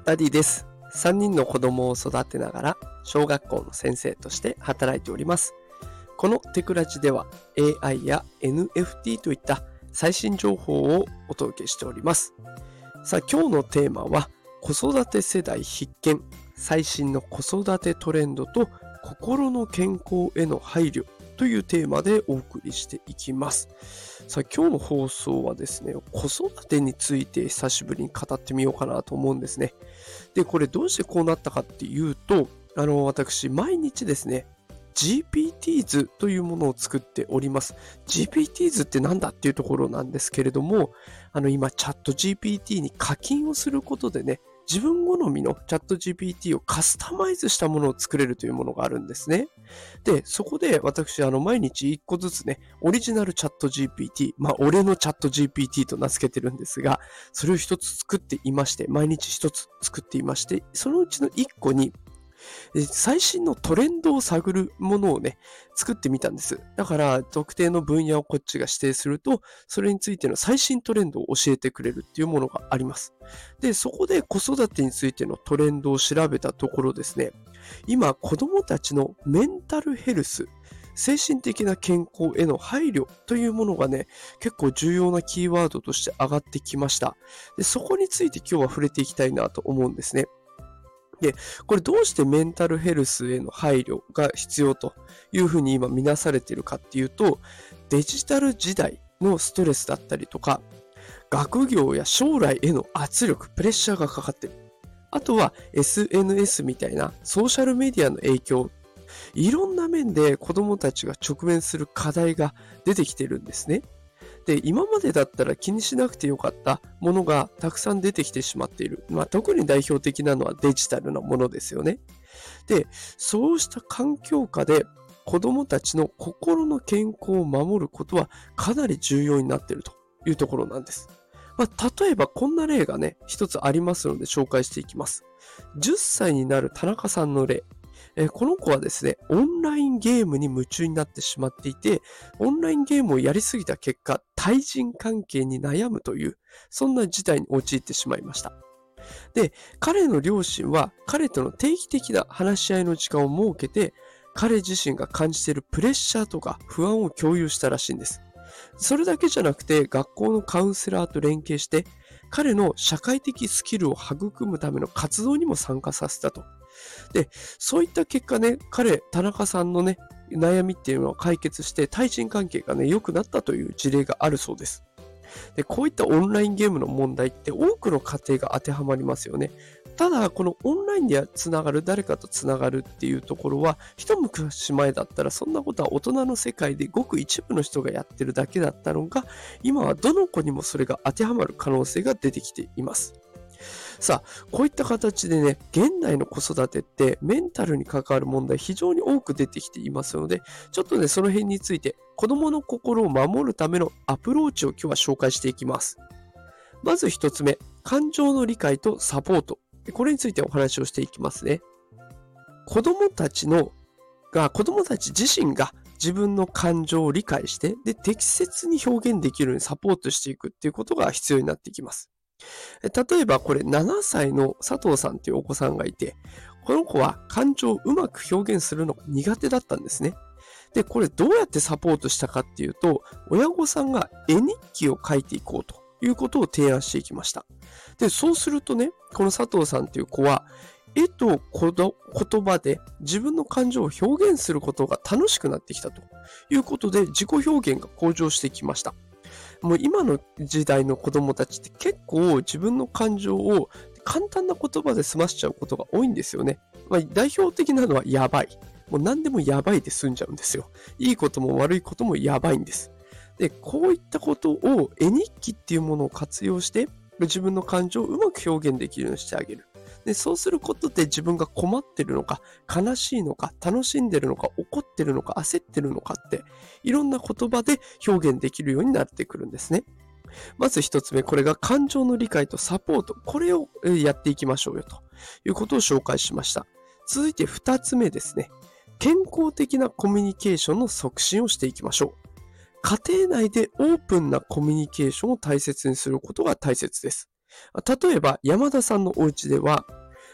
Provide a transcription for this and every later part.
ダディです。3人の子供を育てながら小学校の先生として働いております。このテクラジでは AI や NFT といった最新情報をお届けしております。さあ、今日のテーマは子育て世代必見、最新の子育てトレンドと心の健康への配慮というテーマでお送りしていきます。さあ、今日の放送はですね、子育てについて久しぶりに語ってみようかなと思うんですね。で、これどうしてこうなったかっていうと、私、毎日ですね、GPT 図というものを作っております。GPT 図って何だっていうところなんですけれども、今、チャット GPT に課金をすることでね、自分好みのチャット GPT をカスタマイズしたものを作れるというものがあるんですね。で、そこで私、毎日1個ずつね、オリジナルチャット GPT、俺のチャット GPT と名付けてるんですが、それを一つ作っていまして、毎日一つ作っていまして、そのうちの1個に、最新のトレンドを探るものをね、作ってみたんです。だから、特定の分野をこっちが指定すると、それについての最新トレンドを教えてくれるっていうものがあります。で、そこで子育てについてのトレンドを調べたところですね、今、子供たちのメンタルヘルス、精神的な健康への配慮というものがね、結構重要なキーワードとして上がってきました。で、そこについて今日は触れていきたいなと思うんですね。で、これどうしてメンタルヘルスへの配慮が必要というふうに今見なされているかっていうと、デジタル時代のストレスだったりとか、学業や将来への圧力、プレッシャーがかかっている。あとは SNS みたいなソーシャルメディアの影響、いろんな面で子どもたちが直面する課題が出てきてるんですね。で、今までだったら気にしなくてよかったものがたくさん出てきてしまっている。特に代表的なのはデジタルなものですよね。で、そうした環境下で子どもたちの心の健康を守ることはかなり重要になっているというところなんです。例えばこんな例がね、一つありますので紹介していきます。10歳になる田中さんの例。この子はですね、オンラインゲームに夢中になってしまっていて、オンラインゲームをやりすぎた結果、対人関係に悩むという、そんな事態に陥ってしまいました。で、彼の両親は彼との定期的な話し合いの時間を設けて、彼自身が感じているプレッシャーとか不安を共有したらしいんです。それだけじゃなくて、学校のカウンセラーと連携して、彼の社会的スキルを育むための活動にも参加させたと。で、そういった結果ね、田中さんのね、悩みっていうのを解決して、対人関係がね、良くなったという事例があるそうです。で、こういったオンラインゲームの問題って多くの家庭が当てはまりますよね。ただ、このオンラインで誰かとつながるっていうところは、一昔前だったらそんなことは大人の世界でごく一部の人がやってるだけだったのが、今はどの子にもそれが当てはまる可能性が出てきています。さあ、こういった形でね、現代の子育てってメンタルに関わる問題非常に多く出てきていますので、ちょっとね、その辺について子供の心を守るためのアプローチを今日は紹介していきます。まず一つ目、感情の理解とサポート。これについてお話をしていきますね。子供たち自身が自分の感情を理解して、で、適切に表現できるようにサポートしていくっていうことが必要になってきます。例えばこれ7歳の佐藤さんっていうお子さんがいて、この子は感情をうまく表現するのが苦手だったんですね。で、これどうやってサポートしたかっていうと、親御さんが絵日記を書いていこうということを提案していきました。で、そうするとね、この佐藤さんっていう子は、絵と言葉で自分の感情を表現することが楽しくなってきたということで、自己表現が向上してきました。もう今の時代の子供たちって結構自分の感情を簡単な言葉で済ましちゃうことが多いんですよね。代表的なのはやばい。もう何でもやばいで済んじゃうんですよ。いいことも悪いこともやばいんです。で、こういったことを絵日記っていうものを活用して自分の感情をうまく表現できるようにしてあげる。で、そうすることで自分が困ってるのか、悲しいのか、楽しんでるのか、怒ってるのか、焦ってるのかって、いろんな言葉で表現できるようになってくるんですね。まず一つ目、これが感情の理解とサポート。これをやっていきましょうよということを紹介しました。続いて二つ目ですね。健康的なコミュニケーションの促進をしていきましょう。家庭内でオープンなコミュニケーションを大切にすることが大切です。例えば山田さんのお家では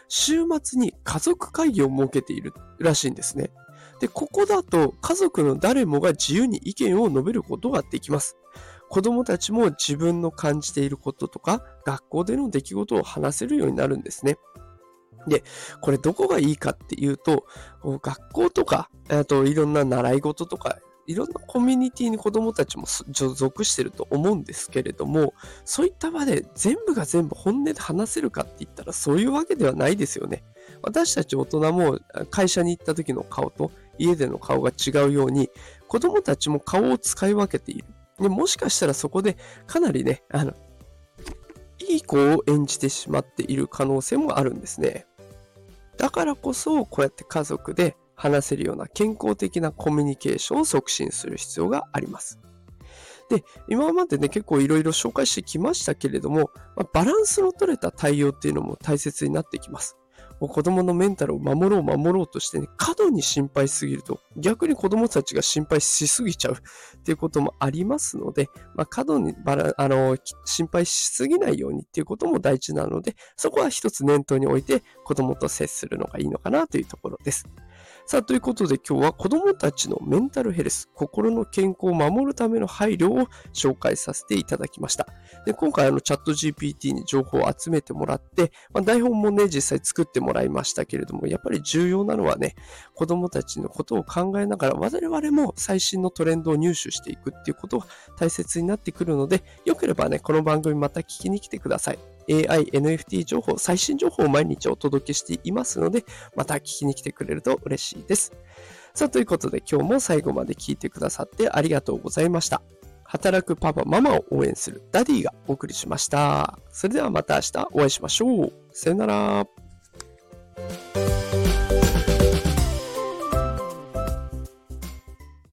週末に家族会議を設けているらしいんですね。で、ここだと家族の誰もが自由に意見を述べることができます。子供たちも自分の感じていることとか、学校での出来事を話せるようになるんですね。で、これどこがいいかっていうと、学校とか、あといろんな習い事とか、いろんなコミュニティに子供たちも属してると思うんですけれども、そういった場で全部が全部本音で話せるかって言ったらそういうわけではないですよね。私たち大人も会社に行った時の顔と家での顔が違うように、子供たちも顔を使い分けている。で、もしかしたらそこでかなりね、いい子を演じてしまっている可能性もあるんですね。だからこそ、こうやって家族で話せるような健康的なコミュニケーションを促進する必要があります。で、今までね、結構いろいろ紹介してきましたけれども、バランスの取れた対応っていうのも大切になってきます。子供のメンタルを守ろうとしてね、過度に心配しすぎると、逆に子供たちが心配しすぎちゃうっていうこともありますので、過度に心配しすぎないようにっていうことも大事なので、そこは一つ念頭に置いて子供と接するのがいいのかなというところです。さあ、ということで今日は子供たちのメンタルヘルス、心の健康を守るための配慮を紹介させていただきました。で、今回チャット GPT に情報を集めてもらって、台本もね、実際作ってもらいましたけれども、やっぱり重要なのはね、子供たちのことを考えながら、我々も最新のトレンドを入手していくっていうことが大切になってくるので、よければね、この番組また聞きに来てください。AI、NFT 情報、最新情報を毎日お届けしていますので、また聞きに来てくれると嬉しいです。さあ、ということで今日も最後まで聞いてくださってありがとうございました。働くパパ、ママを応援するダディがお送りしました。それではまた明日お会いしましょう。さよなら。